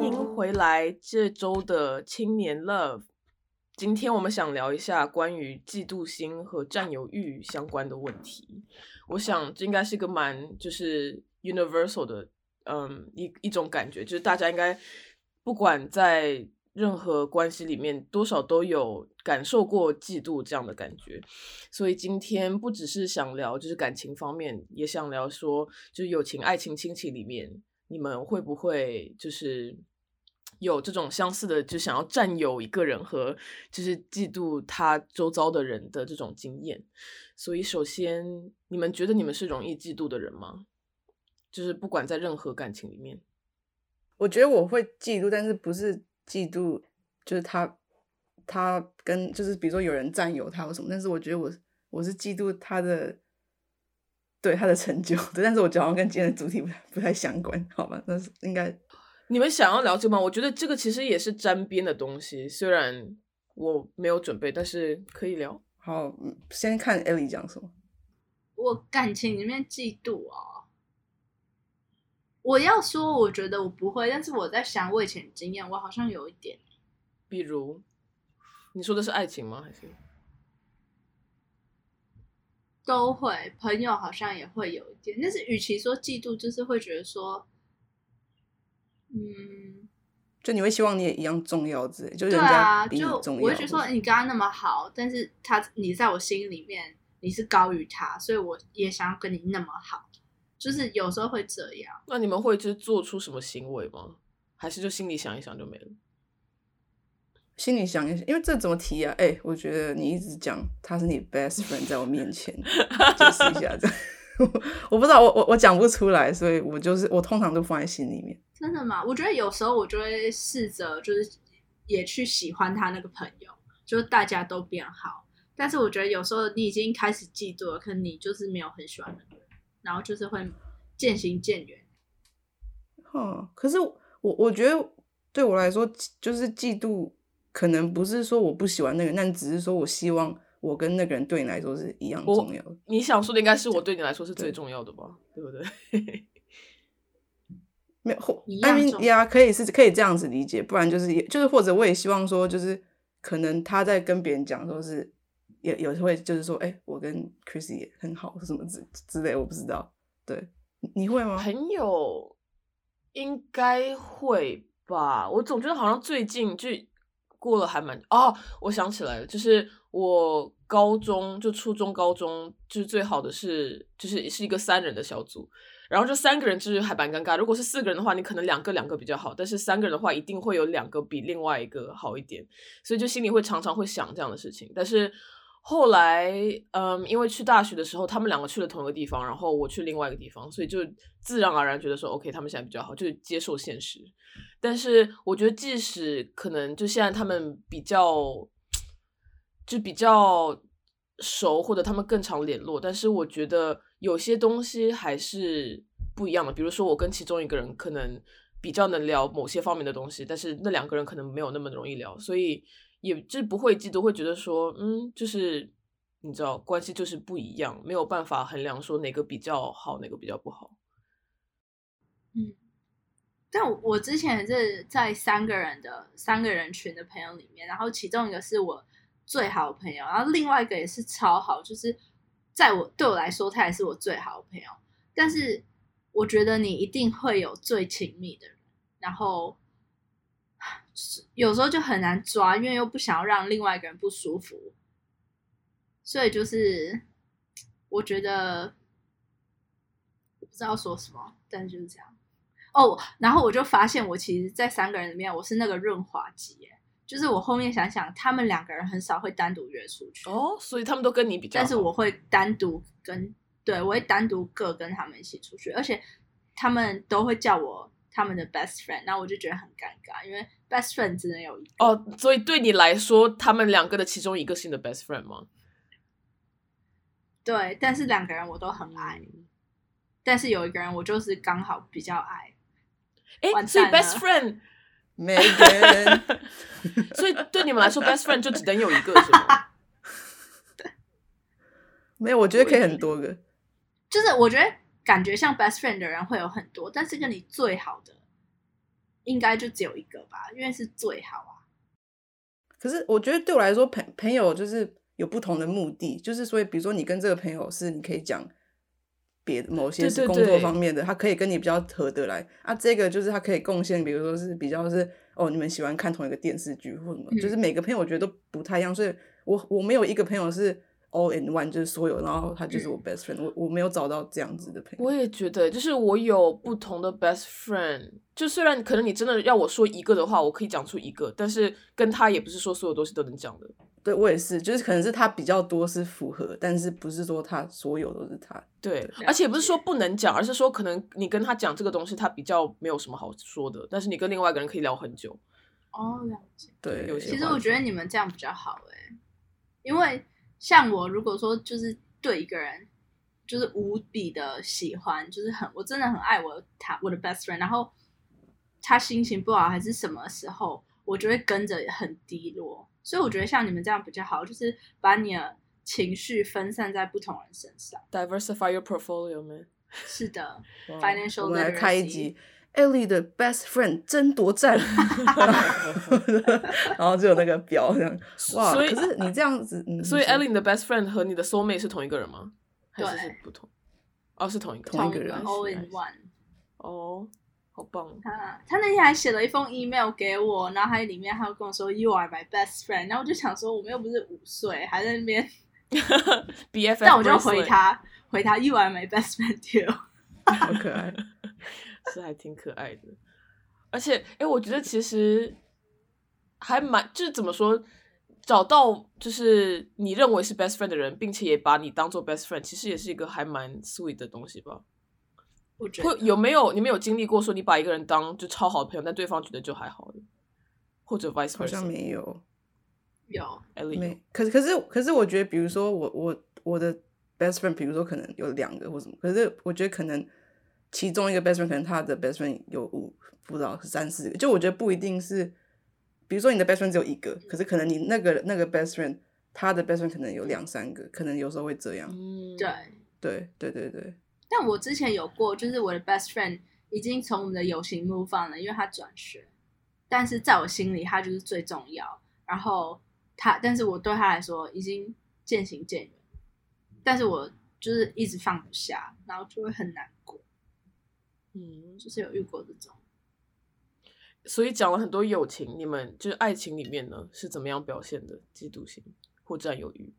迎回来这周的青年 Love。今天我们想聊一下关于嫉妒心和占有欲相关的问题。我想这应该是个蛮就是 universal 的一种感觉，就是大家应该不管在任何关系里面多少都有感受过嫉妒这样的感觉。所以今天不只是想聊就是感情方面，也想聊说就是友情、爱情、亲情里面你们会不会就是有这种相似的就想要占有一个人和就是嫉妒他周遭的人的这种经验。所以首先你们觉得你们是容易嫉妒的人吗？就是不管在任何感情里面。 我觉得我会嫉妒，但是不是嫉妒就是他跟就是比如说有人占有他或什么，但是我觉得我是嫉妒他的对他的成就，但是我觉得好像跟今天的主题不太相关，好吧？但是应该你们想要了解吗？我觉得这个其实也是沾边的东西，虽然我没有准备，但是可以聊。 好，先看 Ellie 讲什么。 我感情里面嫉妒哦，我要说我觉得我不会，但是我在想我以前经验，我好像有一点。 比如你说的是爱情吗？还是都会，朋友好像也会有一点，但是与其说嫉妒，就是会觉得说， 就你会希望你也一样重要之类，就人对家啊， 比你重要。 就我会觉得说你跟他那么好，但是你在我心里面你是高于他，所以我也想要跟你那么好，就是有时候会这样。 那你们会就是做出什么行为吗？还是就心里想一想就没了？ 心里想一想，因为这怎么提啊？我觉得你一直讲他是你 best friend 在我面前，解释一下这样。我不知道，我讲不出来，所以我通常都放在心里面。 真的吗？我觉得有时候我就会试着就是也去喜欢他那个朋友，就是大家都变好。但是我觉得有时候你已经开始嫉妒了，可能你就是没有很喜欢那个人，然后就是会渐行渐远。 可是我觉得对我来说，就是嫉妒可能不是说我不喜欢那个人，但只是说我希望我跟那个人对你来说是一样重要的。 你想说的应该是我对你来说是最重要的吧？ 对不对？ 没有一样重呀，可以这样子理解，不然就是或者我也希望说，就是可能他在跟别人讲说是也有会就是说，我跟 Chrissy 也很好什么之类，我不知道。对，你会吗？ 朋友应该会吧，我总觉得好像最近就过了还蛮我想起来了，就是我高中就初中高中就是最好的是就是一个3人的小组，然后这3个人就是还蛮尴尬，如果是4个人的话你可能两个比较好，但是3个人的话一定会有2个比另外一个好一点，所以就心里会常常会想这样的事情。但是后来因为去大学的时候他们2个去了同一个地方，然后我去另外一个地方，所以就自然而然觉得说 OK 他们现在比较好，就是接受现实。但是我觉得即使可能就现在他们比较熟，或者他们更常联络，但是我觉得有些东西还是不一样的。比如说我跟其中一个人可能比较能聊某些方面的东西，但是那2个人可能没有那么容易聊，所以也就不会嫉妒，会觉得说就是你知道关系就是不一样，没有办法衡量说哪个比较好哪个比较不好。 但我之前是在3个人群的朋友里面，然后其中一个是我最好的朋友，然后另外一个也是超好，就是对我来说他也是我最好的朋友。但是我觉得你一定会有最亲密的人，然后有时候就很难抓，因为又不想要让另外一个人不舒服，所以就是我觉得我不知道说什么，但就是这样。然后我就发现我其实在3个人里面我是那个润滑剂耶，就是我后面想想他们2个人很少会单独约出去所以他们都跟你比较好， 但是我会单独我会单独各跟他们一起出去，而且他们都会叫我他们的 best friend， 那我就觉得很尴尬，因为 best friend 只能有一个所以对你来说他们2个的其中一个是你的 best friend 吗？ 对，但是2个人我都很爱，但是有一个人我就是刚好比较爱。 所以 best friend Megan 所以对你们来说 best friend 就只能有一个是吗？ 没有，我觉得可以很多个。 就是我觉得感觉像 best friend 的人会有很多，但是跟你最好的应该就只有一个吧，因为是最好啊。 可是我觉得对我来说，朋友就是有不同的目的，就是所以比如说你跟这个朋友是你可以讲别的某些是工作方面的，他可以跟你比较合得来啊。这个就是他可以贡献，比如说是比较是你们喜欢看同一个电视剧或什么，就是每个朋友我觉得都不太一样，所以我没有一个朋友是 all in one， 就是所有，然后他就是我 best friend，我没有找到这样子的朋友。 我也觉得，就是我有不同的 best friend， 就虽然可能你真的要我说一个的话，我可以讲出一个，但是跟他也不是说所有东西都能讲的。 对，我也是，就是可能是他比较多是符合，但是不是说他所有都是他。 对，而且不是说不能讲，而是说可能你跟他讲这个东西，他比较没有什么好说的，但是你跟另外一个人可以聊很久。 了解。 对，有些其实我觉得你们这样比较好因为像我如果说就是对一个人就是无比的喜欢，就是我真的很爱我的 best friend， 然后他心情不好还是什么时候，我就会跟着很低落。所以我觉得像你们这样比较好，就是把你的情绪分散在不同人身上。 Diversify your portfolio, man。 是的，financial literacy。 我们来开一集 Ellie 的 best friend 争夺战，然后就有那个表这样。哇，可是你这样子， 所以 Ellie 你的 best friend 和你的 soulmate 是同一个人吗？还是不同？是同一个， 同一个人 ，all in one。 好棒！ 他那天还写了一封 email 给我，然后还里面还有跟我说 "You are my best friend"， 然后我就想说我们又不是5岁，还在那边 BFF， 但我就回他 "You are my best friend too"， 好可爱， 是还挺可爱的。而且，我觉得其实还蛮，就是怎么说，找到就是你认为是 best friend 的人，并且也把你当做 best friend，其实也是一个还蛮 sweet 的东西吧。 我觉得你们有经历过说你把一个人当就超好的朋友，但对方觉得就还好，或者 vice versa？ 好像没有， 没。 可是我觉得，比如说我的 best friend， 比如说可能有2个或什么，可是我觉得可能其中一个 best friend 可能他的 best friend 有不知道3、4个，就我觉得不一定是，比如说你的 best friend 只有1个，可是可能你那个 best friend 他的 best friend 可能有2、3个，可能有时候会这样。对。 但我之前有过，就是我的 best friend 已经从我们的友情 move on 了，因为他转学，但是在我心里他就是最重要。然后但是我对他来说已经渐行渐远，但是我就是一直放不下，然后就会很难过。就是有遇过这种。 所以讲了很多友情，你们就是爱情里面呢是怎么样表现的？嫉妒心或占有欲？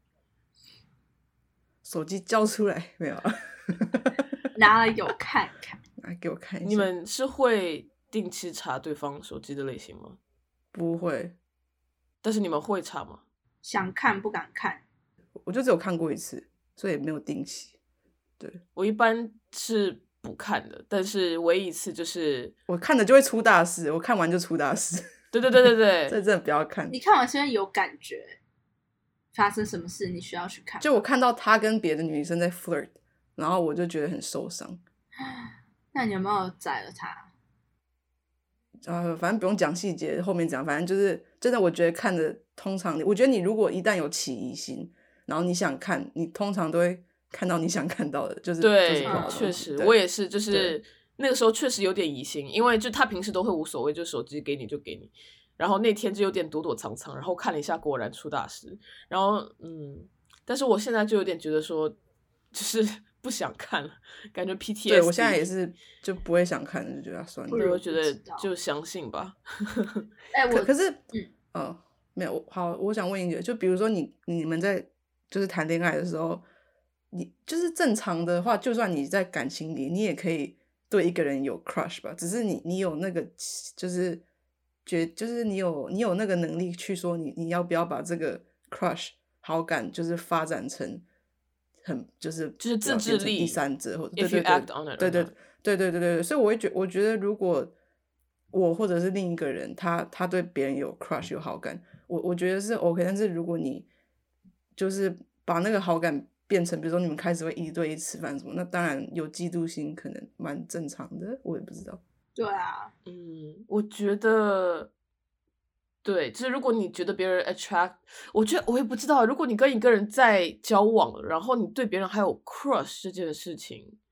手机交出来没有？ 拿来给我看看， 拿给我看一下。 你们是会定期查对方手机的类型吗？ 不会。 但是你们会查吗？ 想看不敢看。 我就只有看过1次，所以也没有定期。对， 我一般是不看的，但是唯一一次就是我看的就会出大事，我看完就出大事。 对， 这真的不要看。 你看完是因为有感觉发生什么事你需要去看？ 就我看到他跟别的女生在 flirt， 然后我就觉得很受伤。 那你有没有宰了他？ 反正不用讲细节，后面讲，反正就是真的，我觉得看的通常，我觉得你如果一旦有起疑心，然后你想看，你通常都会看到你想看到的，就是对， 就是确实，我也是，就是那个时候确实有点疑心，因为就他平时都会无所谓，就手机给你就给你，然后那天就有点躲躲藏藏，然后看了一下，果然出大事，然后但是我现在就有点觉得说，就是不想看了，感觉 PTSD。 对，我现在也是就不会想看，就觉得算了。 对，我觉得就相信吧。 可是没有好，我想问一个，就比如说你们在就是谈恋爱的时候，你就是正常的话，就算你在感情里，你也可以对一个人有 crush 吧，只是你有那个就是就是你有那个能力去说你要不要把这个 crush 好感就是发展成就是自制力第三者，或者 if you act on it， 对，所以我觉得如果我或者是另一个人他对别人有 crush 有好感，我觉得是 OK， 但是如果你就是把那个好感变成比如说你们开始会1对1吃饭什么，那当然有嫉妒心可能蛮正常的，我也不知道。 对啊， 我觉得对，就是如果你觉得别人 attract， 我觉得我也不知道，如果你跟一个人在交往了，然后你对别人还有 crush 这件事情，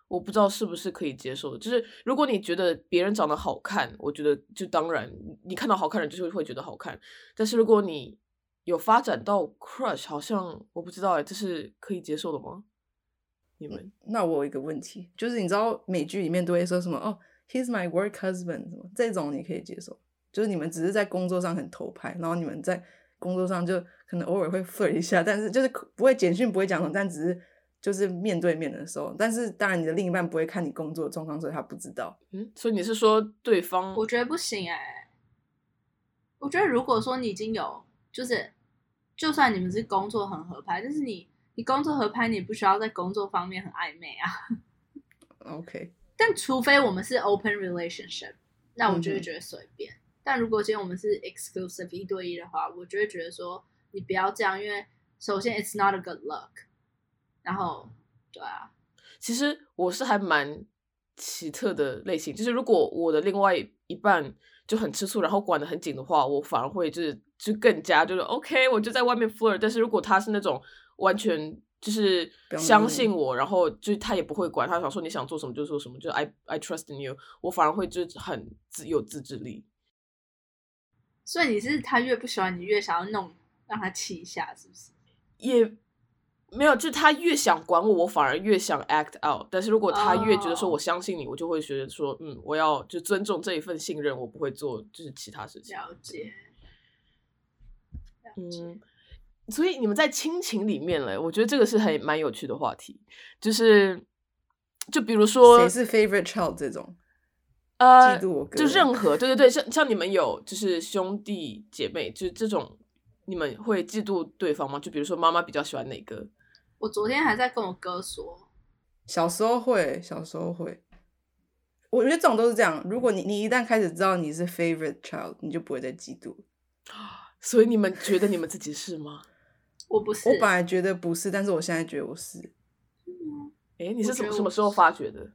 我不知道是不是可以接受的。就是如果你觉得别人长得好看，我觉得就当然你看到好看的人就是会觉得好看，但是如果你有发展到 crush， 好像我不知道这是可以接受的吗？你们？ 那我有一个问题，就是你知道美剧里面都会说什么哦 ，he's my work husband 什么这种你可以接受？就是你们只是在工作上很投拍，然后你们在工作上就可能偶尔会 flirt 一下，但是就是不会简讯不会讲什么，但只是就是面对面的时候，但是当然你的另一半不会看你工作的状况，所以他不知道。 所以你是说对方？ 我觉得不行我觉得如果说你已经有，就是就算你们是工作很合拍，但是你工作合拍，你不需要在工作方面很暧昧啊。 OK， 但除非我们是 open relationship， 那我就会觉得随便。但如果今天我们是 exclusive 1对1的话，我就会觉得说你不要这样，因为首先 it's not a good look， 然后对啊， 其实我是还蛮奇特的类型，就是如果我的另外一半就很吃醋，然后管得很紧的话，我反而会就更加就是 OK， 我就在外面 flirt。但是如果他是那种完全就是相信我，然后就他也不会管，他想说你想做什么就做什么，就 I trust in you， 我反而会就是很有自制力。 所以你是他越不喜欢你越想要弄让他气一下，是不是？ 也没有，就他越想管我，我反而越想 act out。但是如果他越觉得说我相信你，我就会觉得说，我要就尊重这一份信任，我不会做就是其他事情。 了解。 所以你们在亲情里面嘞，我觉得这个是蛮有趣的话题，就比如说谁是 favorite child 这种，嫉妒我哥， 就任何对，像你们有就是兄弟姐妹，就是这种，你们会嫉妒对方吗？就比如说妈妈比较喜欢哪个？ 我昨天还在跟我哥说， 小时候会，我觉得这种都是这样。如果你一旦开始知道你是 favorite child， 你就不会再嫉妒。 所以你们觉得你们自己是吗？ 我不是， 我本来觉得不是，但是我现在觉得我是。 你是什么时候发觉的？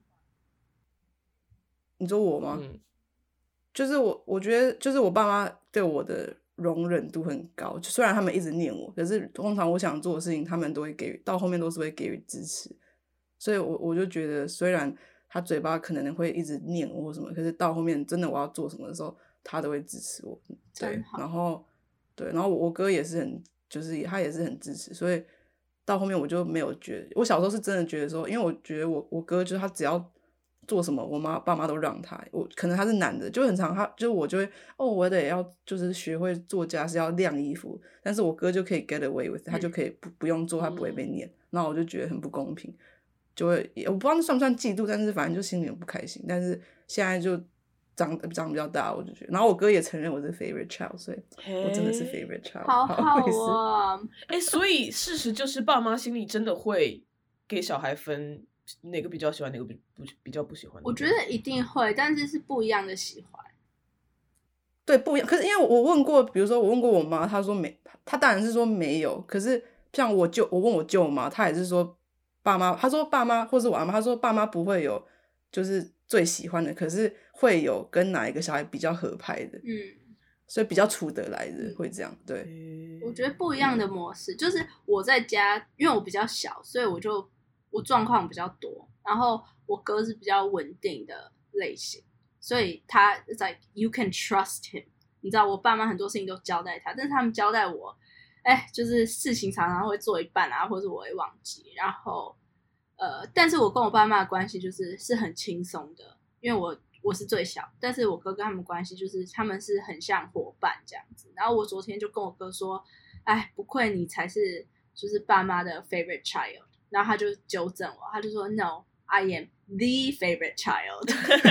你说我吗？就是我觉得就是我爸妈对我的容忍度很高，虽然他们一直念我，可是通常我想做的事情，他们都会给予，到后面都是会给予支持。所以我就觉得，虽然他嘴巴可能会一直念我或什么，可是到后面真的我要做什么的时候，他都会支持我。对，然后我哥也是很，就是他也是很支持，所以到后面我就没有觉得，我小时候是真的觉得说，因为我觉得我哥就是他只要做什么，我爸妈都让他。可能他是男的，就很常我就会我得要就是学会做家事，要晾衣服，但是我哥就可以 get away with， 他就可以不用做，他不会被念。那我就觉得很不公平，就会我不知道那算不算嫉妒，但是反正就心里很不开心。但是现在就长比较大，我就觉得，然后我哥也承认我是 favorite child， 所以我真的是 favorite child。 好哦。 所以事实就是爸妈心里真的会给小孩分哪个比较喜欢，哪个比较不喜欢。 我觉得一定会，但是是不一样的喜欢。 对，不一样。可是因为我问过，比如说我问过我妈，她说没，她当然是说没有。可是像我问我舅妈，她也是说爸妈，她说爸妈或是我阿妈，她说爸妈不会有就是最喜欢的，可是会有跟哪一个小孩比较合拍的，所以比较处得来的会这样。对， 我觉得不一样的模式，就是我在家，因为我比较小，所以我状况比较多，然后我哥是比较稳定的类型，所以他 like you can trust him。你知道我爸妈很多事情都交代他，但是他们交代我，就是事情常常会做一半啊，或者我会忘记。然后但是我跟我爸妈的关系是很轻松的，因为我是最小，但是我哥跟他们关系就是他们是很像伙伴这样子。然后我昨天就跟我哥说，不愧你才是就是爸妈的 favorite child。然后他就纠正我，他就说 No, I am the favorite child。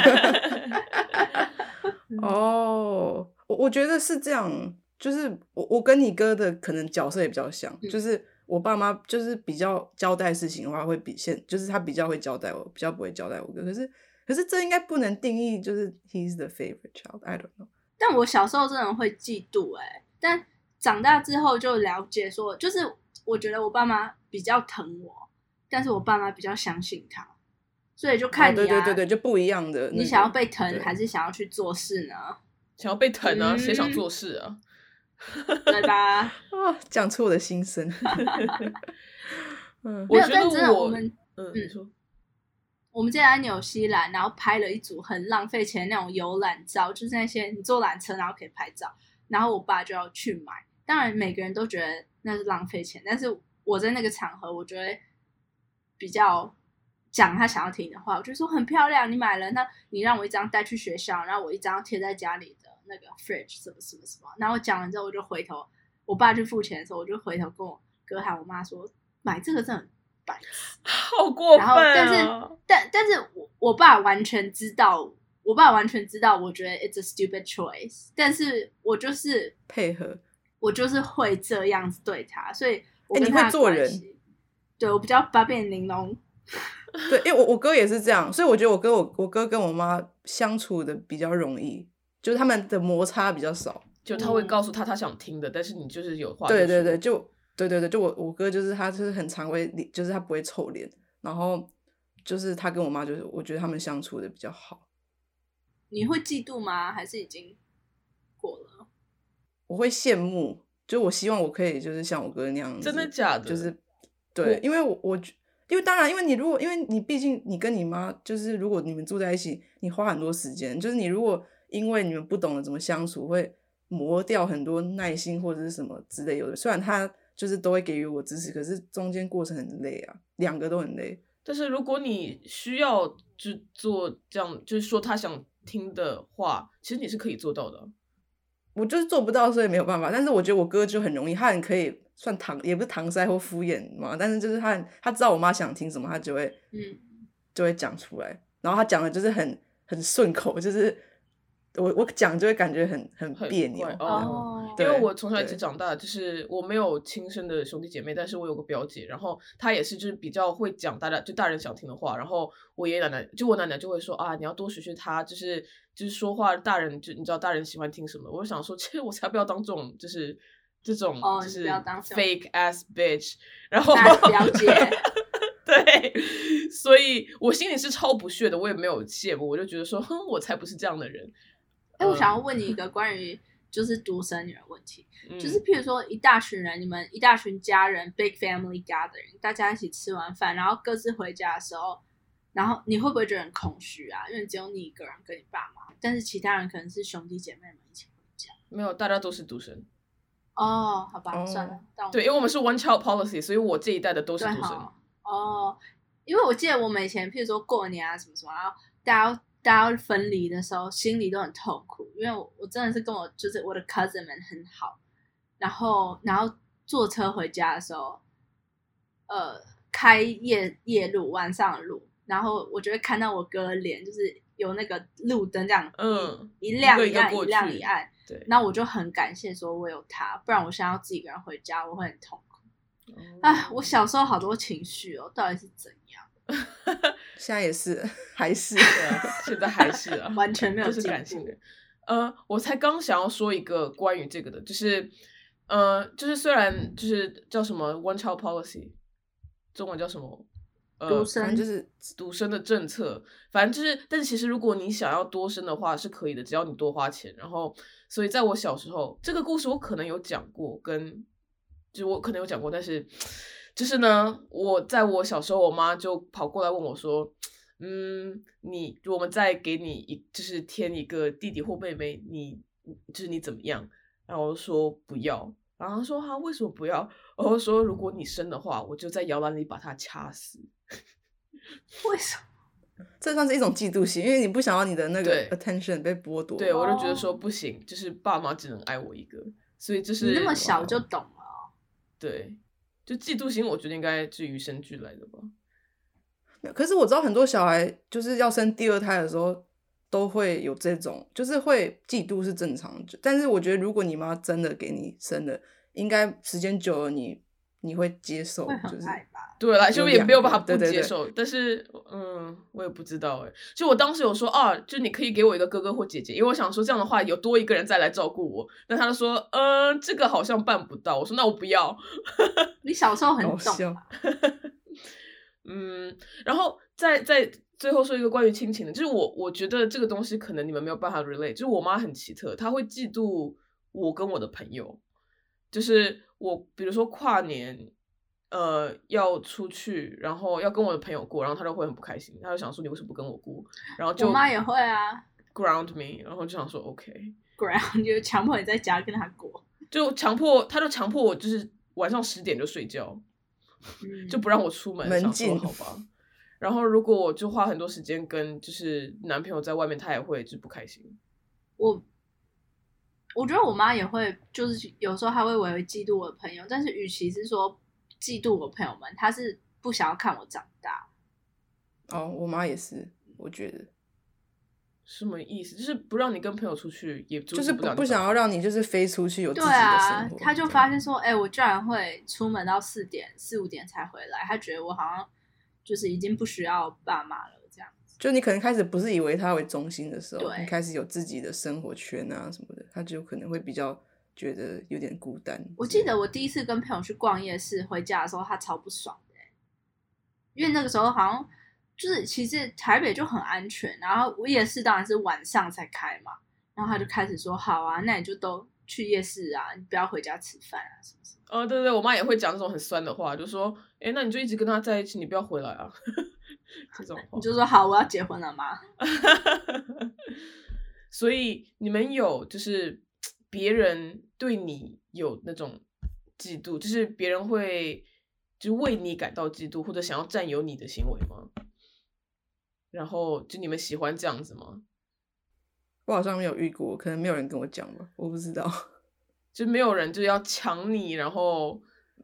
我觉得是这样，就是我跟你哥的可能角色也比较像，就是我爸妈就是比较交代事情的话会就是他比较会交代我，比较不会交代我哥。可是这应该不能定义就是 he's the favorite child, I don't know。 但我小时候真的会嫉妒但长大之后就了解说，就是我觉得我爸妈比较疼我，但是我爸妈比较相信他，所以就看你对，就不一样的。 你想要被疼还是想要去做事呢？ 想要被疼啊，谁想做事啊？ 对吧？ 讲出我的心声。 我觉得真的我们你说我们之前在纽西兰，然后拍了一组很浪费钱的那种游览照，就是那些你坐缆车然后可以拍照，然后我爸就要去买。当然每个人都觉得那是浪费钱，但是我在那个场合，我觉得比较讲他想要听的话，我就说很漂亮，你买了，那你让我一张带去学校，然后我一张贴在家里的那个 fridge 什么什么什么，然后讲完之后，我就回头，我爸去付钱的时候，我就回头跟我哥喊我妈说，买这个真的很白痴， 好过分啊！但是我爸完全知道，我觉得 it's a stupid choice， 但是我就是配合， 我就是会这样子对他，所以我跟你他会做人， 对我比较八面玲珑。 对，因为我哥也是这样，所以我觉得我哥跟我妈相处的比较容易，就是他们的摩擦比较少。 就他会告诉他想听的，但是你就是有话。 对对对，就我哥就是他就是很常会，就是他不会臭脸，然后就是他跟我妈就是我觉得他们相处的比较好。 你会嫉妒吗？还是已经过了？ 我会羡慕，就我希望我可以就是像我哥那样子。 真的假的？ 就是对，因为当然，因为你毕竟你跟你妈就是如果你们住在一起，你花很多时间，就是你如果因为你们不懂得怎么相处，会磨掉很多耐心或者是什么之类的。虽然他就是都会给予我支持，可是中间过程很累啊，两个都很累。 但是如果你需要就做这样，就是说他想听的话，其实你是可以做到的。 我就是做不到，所以没有办法。但是我觉得我哥就很容易，他很可以算也不是搪塞或敷衍嘛，但是就是他知道我妈想听什么，他就会讲出来，然后他讲的就是很顺口，就是我讲就会感觉很别扭哦。因为我从小一起长大，就是我没有亲生的兄弟姐妹，但是我有个表姐，然后她也是就是比较会讲大人想听的话，然后我爷爷奶奶我奶奶就会说啊，你要多学学她，就是说话大人就你知道大人喜欢听什么，我就想说，其实我才不要当这种就是 fake ass bitch， 然后表姐对，所以我心里是超不屑的，我也没有羡慕，我就觉得说，哼，我才不是这样的人。 我想要问你一个关于就是独生女的问题，就是譬如说一大群人，你们一大群家人 big family gathering， 大家一起吃完饭，然后各自回家的时候，然后你会不会觉得很空虚啊？因为只有你一个人跟你爸妈，但是其他人可能是兄弟姐妹们一起回家。 没有，大家都是独生。 哦，好吧，算了。 对，因为我们是 one child policy， 所以我这一代的都是独生。 哦，因为我记得我们以前譬如说过年啊什么什么，然后大家分离的时候，心里都很痛苦，因为我真的是跟我的 cousin 们很好，然后坐车回家的时候，开夜路晚上的路，然后我就会看到我哥的脸，就是有那个路灯这样，一亮一暗，一亮一暗， 对， 那我就很感谢说我有他，不然我现在要自己一个人回家，我会很痛苦。哎，我小时候好多情绪哦，到底是怎样？ 现在也是，还是现在还是啊， 完全没有都是感性的。我才刚想要说一个关于这个的，就是虽然就是叫什么 one child policy， 中文叫什么？ 独生就是独生的政策，反正就是，但是其实如果你想要多生的话是可以的，只要你多花钱。然后，所以在我小时候，这个故事我可能有讲过，但是就是呢，在我小时候，我妈就跑过来问我说，我们再给你就是添一个弟弟或妹妹，你怎么样？然后我就说不要，然后她说为什么不要？然后说如果你生的话，我就在摇篮里把它掐死。 为什么？ 这算是一种嫉妒心，因为你不想要你的那个 attention 被剥夺。 对，我就觉得说不行，就是爸妈只能爱我一个，所以就是你那么小就懂了。 对，就嫉妒心，我觉得应该是与生俱来的吧。 可是我知道很多小孩就是要生第二胎的时候都会有这种，就是会嫉妒是正常的。但是我觉得如果你妈真的给你生了，应该时间久了你会接受， 会很爱吧？ 对啦，就也没有办法不接受。 对， 但是我也不知道就我当时有说就你可以给我一个哥哥或姐姐，因为我想说这样的话有多一个人再来照顾我。那他就说这个好像办不到。我说那我不要。 你小时候很懂吧？ 然后再最后说一个关于亲情的，就是我觉得这个东西可能你们没有办法 relate， 就是我妈很奇特，她会嫉妒我跟我的朋友，就是我比如说跨年， 要出去，然后要跟我的朋友过，然后他就会很不开心，他就想说你为什么不跟我过，然后就我妈也会啊 ground me， 然后就想说 OK， ，ground 就强迫你在家跟他过， 他就强迫我就是晚上10点就睡觉，就不让我出门，想门禁说好吧。然后如果我就花很多时间跟就是男朋友在外面，他也会就不开心。 我觉得我妈也会，就是有时候她会微微嫉妒我的朋友，但是与其是说嫉妒我朋友们，她是不想要看我长大。 哦，我妈也是，我觉得什么意思？就是不让你跟朋友出去，也就是不不想要让你就是飞出去有自己对的啊生活。， 她就发现说，我居然会出门到4点、4、5点才回来，她觉得我好像就是已经不需要爸妈了这样子。 就你可能开始不是以为他为中心的时候， 对你开始有自己的生活圈啊什么的，他就可能会比较觉得有点孤单。 我记得我第一次跟朋友去逛夜市，回家的时候他超不爽的因为那个时候好像就是其实台北就很安全，然后夜市当然是晚上才开嘛，然后他就开始说好啊，那你就都去夜市啊，你不要回家吃饭啊，是不是？ 对对，我妈也会讲这种很酸的话，就说那你就一直跟他在一起，你不要回来啊。这种话你就说好，我要结婚了吗？ 所以你们有就是别人对你有那种嫉妒，就是别人会就为你感到嫉妒或者想要占有你的行为吗？然后就你们喜欢这样子吗？ 我好像没有遇过，可能没有人跟我讲吧，我不知道。 就没有人就要抢你，然后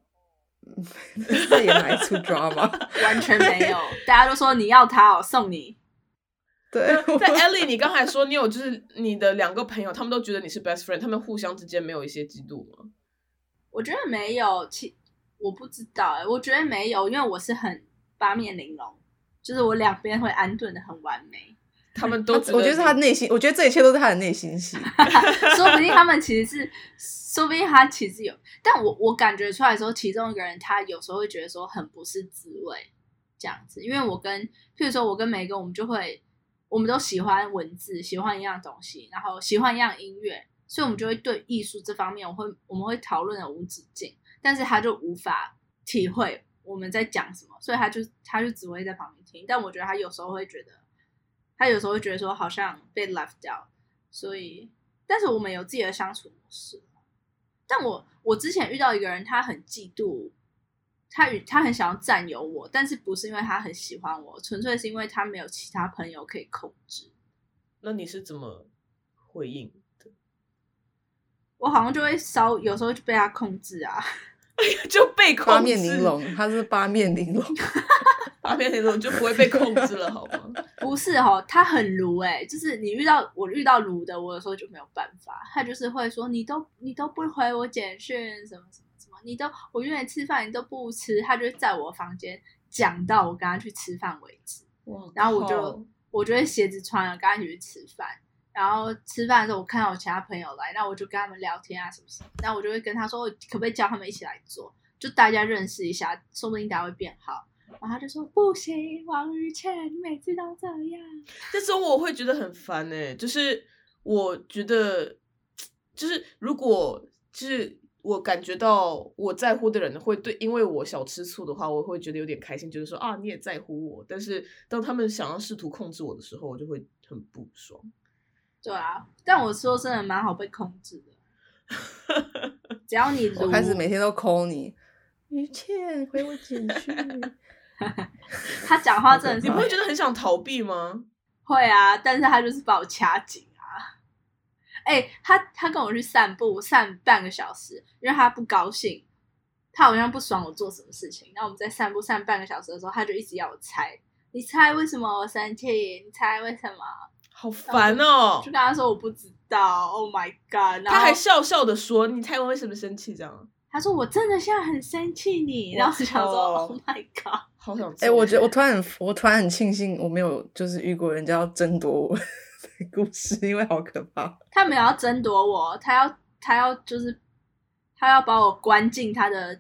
这也哪一出 drama？ 完全没有，大家都说你要他哦，送你。 对， 在 Ellie， 你刚才说你有就是你的2个朋友，他们都觉得你是 best friend， 他们互相之间没有一些嫉妒吗？ 我觉得没有，我不知道我觉得没有，因为我是很八面玲珑，就是我两边会安顿的很完美。 他们都我觉得是他内心，我觉得这一切都是他的内心戏。 说不定他们其实是，说不定他其实有，但我感觉出来的时候，其中一个人他有时候会觉得说很不是滋味这样子，因为譬如说我跟梅根，我们都喜欢文字，喜欢一样东西，然后喜欢一样音乐，所以我们就会对艺术这方面，我们会讨论的无止境，但是他就无法体会我们在讲什么，所以他就只会在旁边听。但我觉得他有时候会觉得说好像被 left out， 所以但是我们有自己的相处模式。但我之前遇到一个人，他很嫉妒，他很想要占有我，但是不是因为他很喜欢我，纯粹是因为他没有其他朋友可以控制。 那你是怎么回应的？ 我好像就会有时候就被他控制啊。 就被控制。 八面玲珑，他是八面玲珑。 八面玲珑就不会被控制了，好吗？ 不是他很鲁就是我遇到鲁的，我有时候就没有办法。他就是会说你都不回我简讯，什么什么什么，我约你吃饭你都不吃，他就会在我房间讲到我跟他去吃饭为止。然后我就会鞋子穿了跟他一起去吃饭。然后吃饭的时候，我看到我其他朋友来，那我就跟他们聊天啊，什么什么。那我就会跟他说，我可不可以叫他们一起来做，就大家认识一下，说不定大家会变好。然后他就说不行，王于倩，你每次都这样。 这时候我会觉得很烦就是我觉得，就是如果就是我感觉到我在乎的人会因为我小吃醋的话，我会觉得有点开心，就是说啊你也在乎我。但是当他们想要试图控制我的时候，我就会很不爽。 对啊，但我说真的蛮好被控制的，只要你我开始每天都 call 你，于倩回我简讯。 他讲话真的是你不会觉得很想逃避吗？ 会啊，但是他就是把我掐紧啊。他跟我去散步，散半个小时，因为他不高兴，他好像不爽我做什么事情。然后我们在散步散半个小时的时候，他就一直要我猜，你猜为什么我生气？你猜为什么？ 好烦哦！ 就跟他说我不知道 ，Oh my god！ 他还笑笑的说：“你猜我为什么生气？”这样， 他说我真的现在很生气你，然后我想说 ，Oh my god！ 好想我觉得我突然很庆幸我没有就是遇过人家要争夺我的故事，因为好可怕。 他没有要争夺我，他要就是他要把我关进他的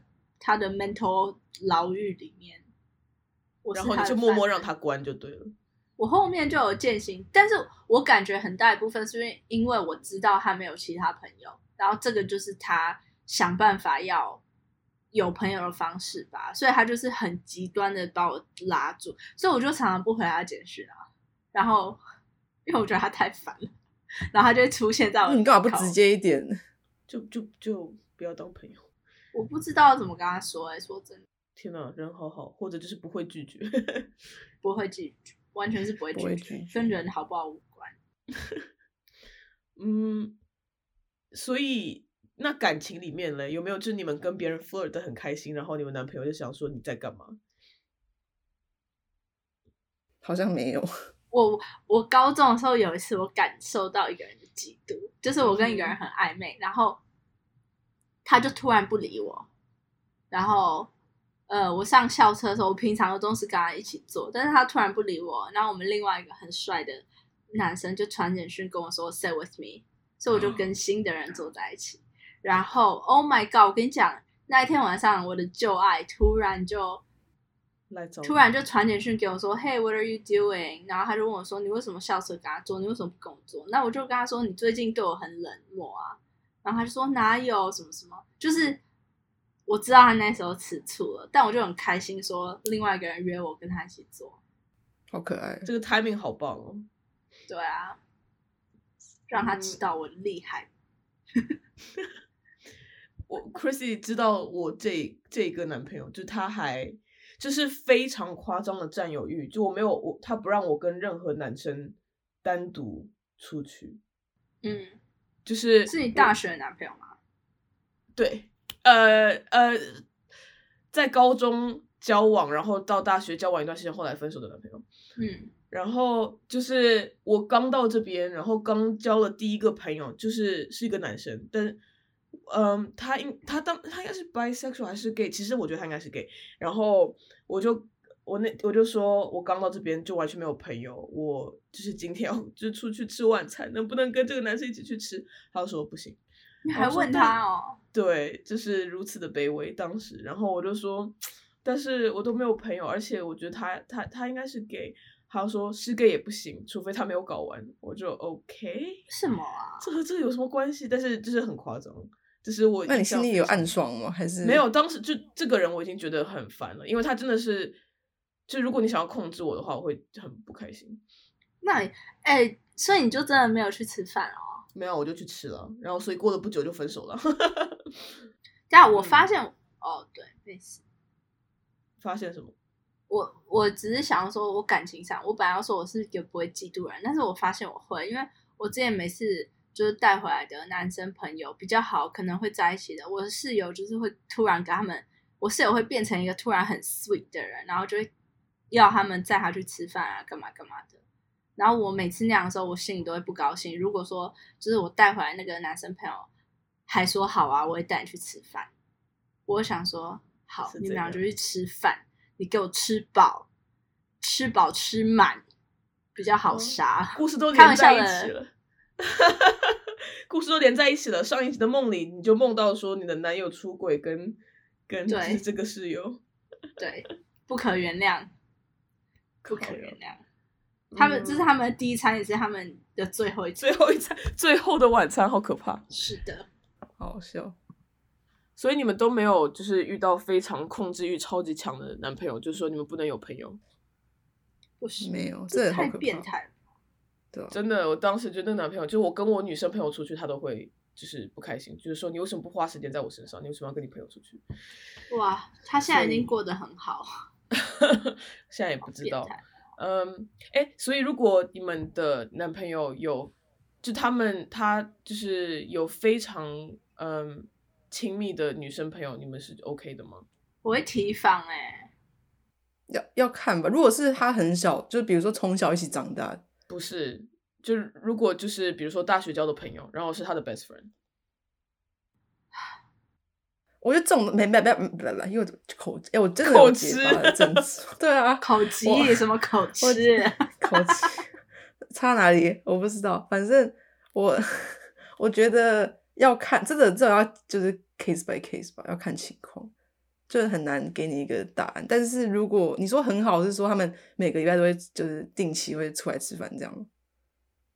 mental 牢狱里面。 然后你就默默让他关就对了。 我后面就有践行，但是我感觉很大一部分是因为我知道他没有其他朋友，然后这个就是他想办法要有朋友的方式吧，所以他就是很极端的把我拉住，所以我就常常不回他简讯啊。然后因为我觉得他太烦了，然后他就会出现在我的你干嘛不直接一点？ 就不要当朋友。 我不知道怎么跟他说说真的。 天哪，人好好，或者就是不会拒绝。 不会拒绝，完全是不会拒绝，跟人好不好无关。 所以那感情里面呢，有没有就是你们跟别人 flirt 得很开心，然后你们男朋友就想说你在干嘛？ 好像没有。 我高中的时候有一次，我感受到一个人的嫉妒，就是我跟一个人很暧昧，然后他就突然不理我，然后我上校车的时候，我平常都是跟他一起坐，但是他突然不理我，然后我们另外一个很帅的男生就传简讯跟我说 "Stay with me"， 所以我就跟新的人坐在一起。然后 Oh my God， 我跟你讲，那一天晚上我的旧爱突然就传简讯给我说 "Hey what are you doing"， 然后他就问我说你为什么校车跟他坐，你为什么不跟我坐？那我就跟他说你最近对我很冷漠啊，然后他就说哪有什么什么，就是我知道他那时候吃醋了，但我就很开心说另外一个人约我跟他一起做。 好可爱， 这个 timing 好棒哦。 对啊，让他知道我厉害。 我 Chrissy 知道我这个男朋友，就他还就是非常夸张的占有欲，就他不让我跟任何男生单独出去。就是你大学的男朋友吗？ 对，在高中交往，然后到大学交往一段时间，后来分手的男朋友。然后就是我刚到这边，然后刚交了第一个朋友，是一个男生，但他应该是 bisexual 还是 gay， 其实我觉得他应该是 gay。然后我就说我刚到这边就完全没有朋友，我就是今天要就出去吃晚餐，能不能跟这个男生一起去吃？他就说不行。 你还问他哦？ 对，就是如此的卑微当时。然后我就说，但是我都没有朋友，而且我觉得他应该是 gay。他说是 gay 也不行，除非他没有搞完。我就 OK。 什么啊？ 这和这个有什么关系？但是就是很夸张。就是我， 那你心里有暗爽吗？还是没有？当时就这个人我已经觉得很烦了，因为他真的是，就如果你想要控制我的话，我会很不开心。 那所以你就真的没有去吃饭哦？ 没有，我就去吃了，然后所以过了不久就分手了。 但我发现对，没事。 发现什么？ 我只是想要说，我感情上，我本来要说我是一个不会嫉妒人，但是我发现我会，因为我之前每次就是带回来的男生朋友比较好，可能会在一起的，我的室友就是会突然跟他们，我室友会变成一个突然很 sweet 的人，然后就会要他们载他去吃饭啊，干嘛干嘛的。然后我每次那样的时候，我心里都会不高兴。如果说就是我带回来那个男生朋友还说好啊，我会带你去吃饭，我会想说好，你们俩就去吃饭。你给我吃饱吃满，比较好杀。 故事都连在一起了，故事都连在一起了。上一集的梦里，你就梦到说你的男友出轨，跟就是这个室友， 对，不可原谅，不可原谅。他们这是他们的第一餐，也是他们的最后一餐， 最后的晚餐，好可怕。 是的， 好笑。 所以你们都没有就是遇到非常控制欲超级强的男朋友，就是说你们不能有朋友？ 不是， 没有，这太变态了。 对啊， 真的，我当时觉得那个男朋友，就是我跟我女生朋友出去，他都会就是不开心，就是说你为什么不花时间在我身上？你为什么要跟你朋友出去？ 哇，他现在已经过得很好。 现在也不知道。所以如果你们的男朋友有，就他就是有非常亲密的女生朋友，你们是 OK 的吗？ 我会提防要看吧。如果是他很小，就比如说从小一起长大， 不是，就如果就是比如说大学交的朋友，然后是他的 best friend， 我觉得这种没，因为口我真的有结巴的症状。对啊， 口技什么口吃？ 口技差哪里？我不知道，反正我觉得。要看，这要就是 case by case 吧，要看情况，就是很难给你一个答案。但是如果你说很好，是说他们每个礼拜都会就是定期会出来吃饭这样，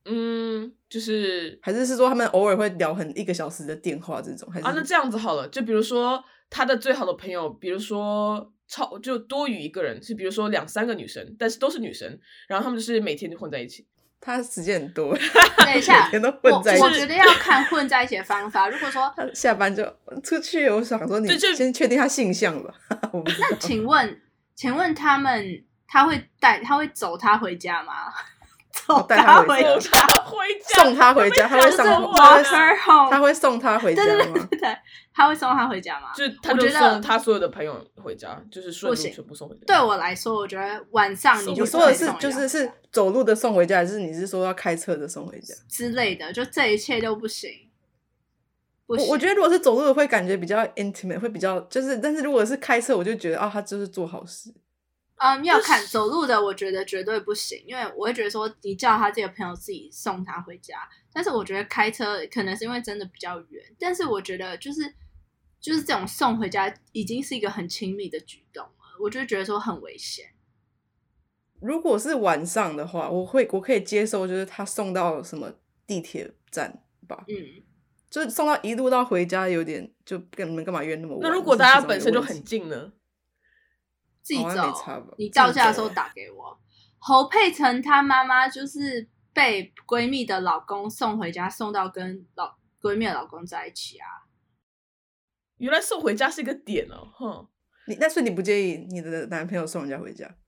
就是还是说他们偶尔会聊1个小时的电话这种？还是那这样子好了，就比如说他的最好的朋友，比如说就多于一个人，是比如说2、3个女生，但是都是女生，然后他们就是每天就混在一起。 他时间很多， 等一下， 每天都混在一起。 我觉得要看混在一起的方法。如果说他下班就出去，我想说你先确定他性向吧。我不知道。 那请问他会走他回家吗？ 带他回家，送他回家，他会他会送他回家吗？ 对，他会送他回家吗？ 就是他就送他所有的朋友回家，就是顺路全部送回家。 对我来说，我觉得晚上你说的是就是走路的送回家，还是你是说要开车的送回家之类的？就这一切都不行。 我觉得如果是走路的会感觉比较 intimate， 会比较就是，但是如果是开车，我就觉得他就是做好事。 要看走路的，我觉得绝对不行，因为我会觉得说你叫他这个朋友自己送他回家，但是我觉得开车可能是因为真的比较远，但是我觉得就是这种送回家已经是一个很亲密的举动了，我就觉得说很危险。 如果是晚上的话，我可以接受，就是他送到什么地铁站吧，就是送到一路到回家有点就你们干嘛约那么晚？ 那如果大家本身就很近呢？ 自己走，你到家的时候打给我。侯佩岑她妈妈就是被闺蜜的老公送回家，送到跟闺蜜的老公在一起啊。 原来送回家是一个点哦， 但是你不介意你的男朋友送人家回家？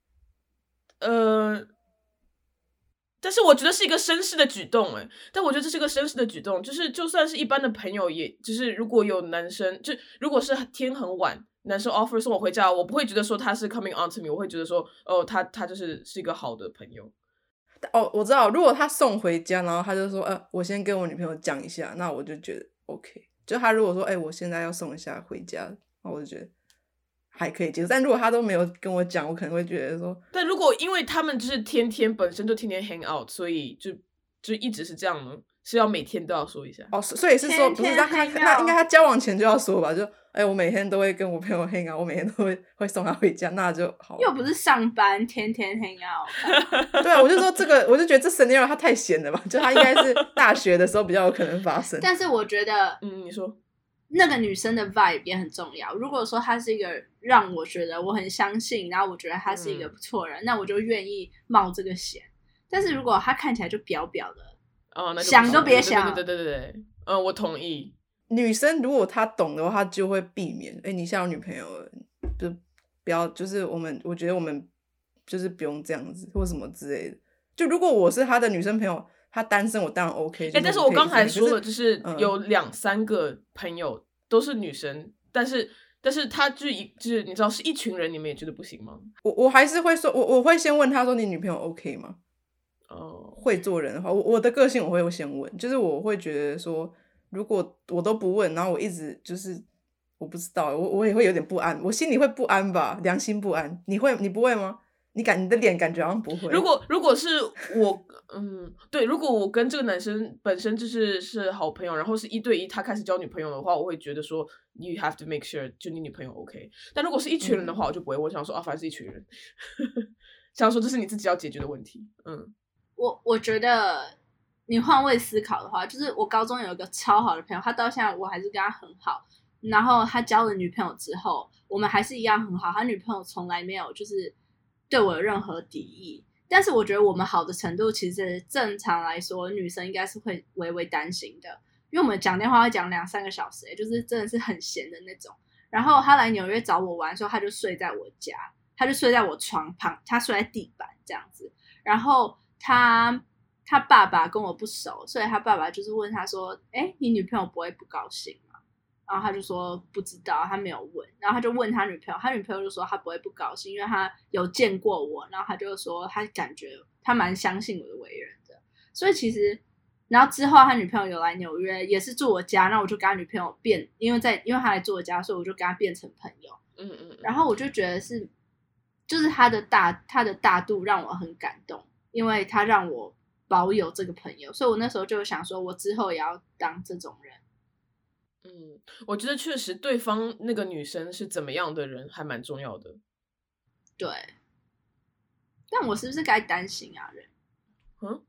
但是我觉得是一个绅士的举动但我觉得这是个绅士的举动，就是就算是一般的朋友，也就是如果有男生，就如果是天很晚。男生 offer 送我回家，我不会觉得说他是 coming on to me， 我会觉得说他就是一个好的朋友。 我知道，如果他送回家，然后他就说我先跟我女朋友讲一下，那我就觉得 OK。就他如果说我现在要送一下回家，那我就觉得还可以接受。但如果他都没有跟我讲，我可能会觉得说， 但如果因为他们就是本身就天天 hang out， 所以就一直是这样呢，是要每天都要说一下所以是说不是那应该他交往前就要说吧，就我每天都会跟我朋友 hang out， 我每天都会送他回家，那就好。 又不是上班天天 hang out。 对啊，我就说这个，我就觉得这 scenario 他太闲了吧，就他应该是大学的时候比较有可能发生。 但是我觉得， 你说那个女生的 vibe 也很重要。如果说她是一个让我觉得我很相信，然后我觉得她是一个不错人，那我就愿意冒这个险。但是如果她看起来就表表的， 那想都别想。 对，我同意。 女生如果她懂的话，她就会避免。你现在有女朋友了，就不要，就是我觉得我们就是不用这样子，或什么之类的。就如果我是她的女生朋友，她单身，我当然 OK。 但是我刚才说了，就是有2、3个朋友都是女生，但是她就是你知道是一群人，你们也觉得不行吗？ 我还是会说，我会先问她说你女朋友 OK 吗？会做人的话，我的个性我会先问，就是我会觉得说，如果我都不问，然后我一直就是我不知道，我也会有点不安，我心里会不安吧，良心不安。你不会吗？你的脸感觉好像不会。 如果是我，对，如果我跟这个男生本身是好朋友，然后是1对1，他开始交女朋友的话，我会觉得说 you have to make sure 就你女朋友 OK。但如果是一群人的话，我就不会，我想说反正是一群人，想说这是你自己要解决的问题。 我觉得你换位思考的话，就是我高中有一个超好的朋友，他到现在我还是跟他很好。然后他交了女朋友之后，我们还是一样很好。他女朋友从来没有就是对我有任何敌意，但是我觉得我们好的程度，其实正常来说，女生应该是会微微担心的，因为我们讲电话会讲2、3个小时，就是真的是很闲的那种。然后他来纽约找我玩的时候，他就睡在我家，他就睡在我床旁，他睡在地板这样子。然后他爸爸跟我不熟，所以他爸爸就是问他说：“你女朋友不会不高兴吗？”然后他就说不知道，他没有问。然后他就问他女朋友，他女朋友就说他不会不高兴，因为他有见过我。然后他就说他感觉他蛮相信我的为人的。所以其实，然后之后他女朋友有来纽约，也是住我家，那我就跟他女朋友因为他来住我家，所以我就跟他变成朋友。然后我就觉得就是他的大度让我很感动，因为他让我保有这个朋友，所以我那时候就想说，我之后也要当这种人。 我觉得确实对方那个女生是怎么样的人还蛮重要的。 对，但我是不是该担心啊人？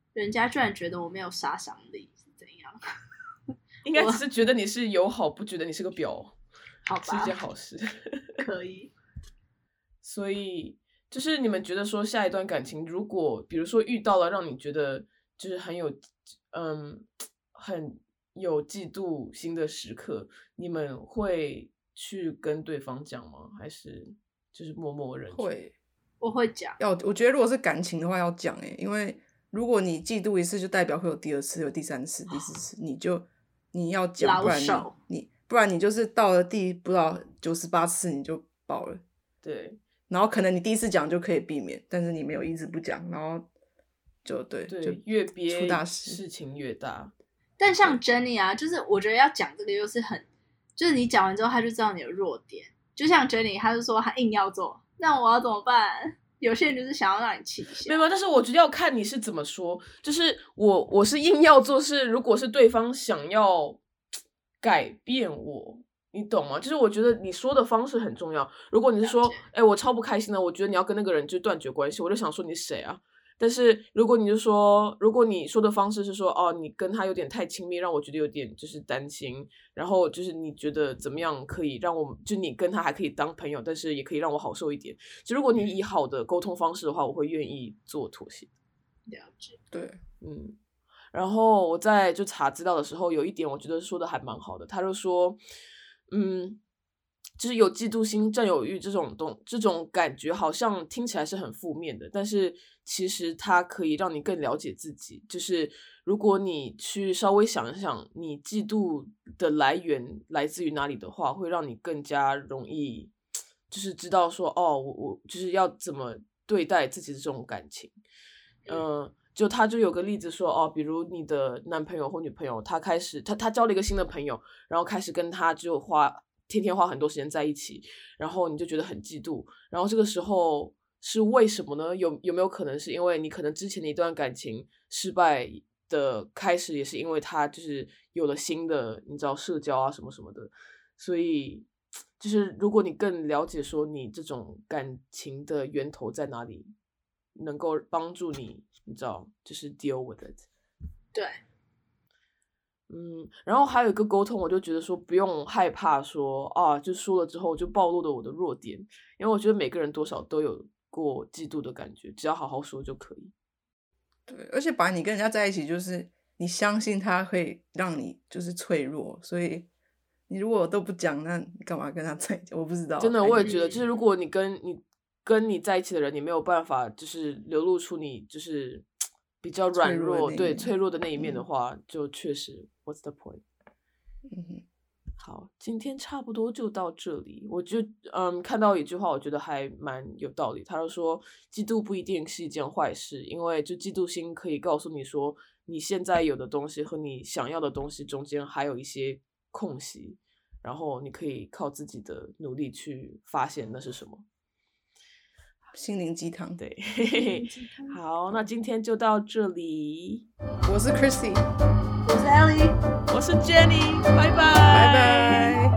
人家居然觉得我没有杀伤力是怎样？ 应该只是觉得你是友好，不觉得你是个婊， 好吧， 是一件好事。 可以。 所以就是你们觉得说下一段感情，如果比如说遇到了让你觉得就是很有嫉妒心的时刻，你们会去跟对方讲吗？还是就是默默忍？ 会， 我会讲。 我觉得如果是感情的话要讲因为如果你嫉妒一次，就代表会有第二次、有第三次、第四次，你要讲，不然你就是到了不知道98次你就爆了。 对。 然后可能你第一次讲就可以避免，但是你没有一直不讲，然后就对，就越憋出大事， 事情越大。 但像 Jenny 啊，就是我觉得要讲这个又是就是你讲完之后他就知道你的弱点。就像 Jenny， 他就说他硬要做，那我要怎么办？有些人就是想要让你气一下。 没有，但是我觉得要看你是怎么说。就是我是硬要做，如果是对方想要改变我。你懂吗？就是我觉得你说的方式很重要。如果你是说，我超不开心的，我觉得你要跟那个人就断绝关系，我就想说你谁啊？但是如果你说的方式是说，哦，你跟他有点太亲密，让我觉得有点就是担心，然后就是你觉得怎么样可以让就你跟他还可以当朋友，但是也可以让我好受一点。就如果你以好的沟通方式的话，我会愿意做妥协。 了解， 对， 然后我在就查资料的时候，有一点我觉得说的还蛮好的，他就说。就是有嫉妒心、占有欲这种感觉，好像听起来是很负面的，但是其实它可以让你更了解自己。就是如果你去稍微想一想，你嫉妒的来源来自于哪里的话，会让你更加容易，就是知道说，哦，我就是要怎么对待自己的这种感情。就他就有个例子说，哦，比如你的男朋友或女朋友，他交了一个新的朋友，然后开始跟他就天天花很多时间在一起，然后你就觉得很嫉妒，然后这个时候是为什么呢？有没有可能是因为你可能之前的一段感情失败的开始，也是因为他就是有了新的你知道社交啊什么什么的，所以就是如果你更了解说你这种感情的源头在哪里，能够帮助你知道就是 deal with it。 对， 然后还有一个沟通，我就觉得说不用害怕说啊，就说了之后就暴露了我的弱点，因为我觉得每个人多少都有过嫉妒的感觉，只要好好说就可以。 对，而且把你跟人家在一起，就是你相信他会让你就是脆弱，所以你如果都不讲，那你干嘛跟他在一起？我不知道， 真的我也觉得，就是如果你跟你在一起的人，你没有办法就是流露出你就是比较软弱对脆弱的那一面的话，就确实 what's the point。 好，今天差不多就到这里。我就看到一句话，我觉得还蛮有道理。他就说，嫉妒不一定是一件坏事，因为就嫉妒心可以告诉你说，你现在有的东西和你想要的东西中间还有一些空隙，然后你可以靠自己的努力去发现那是什么。 心灵鸡汤， 对，好，那今天就到这里。 我是 Chrissy， 我是 Ellie， 我是 Jenny， 拜拜， 拜拜。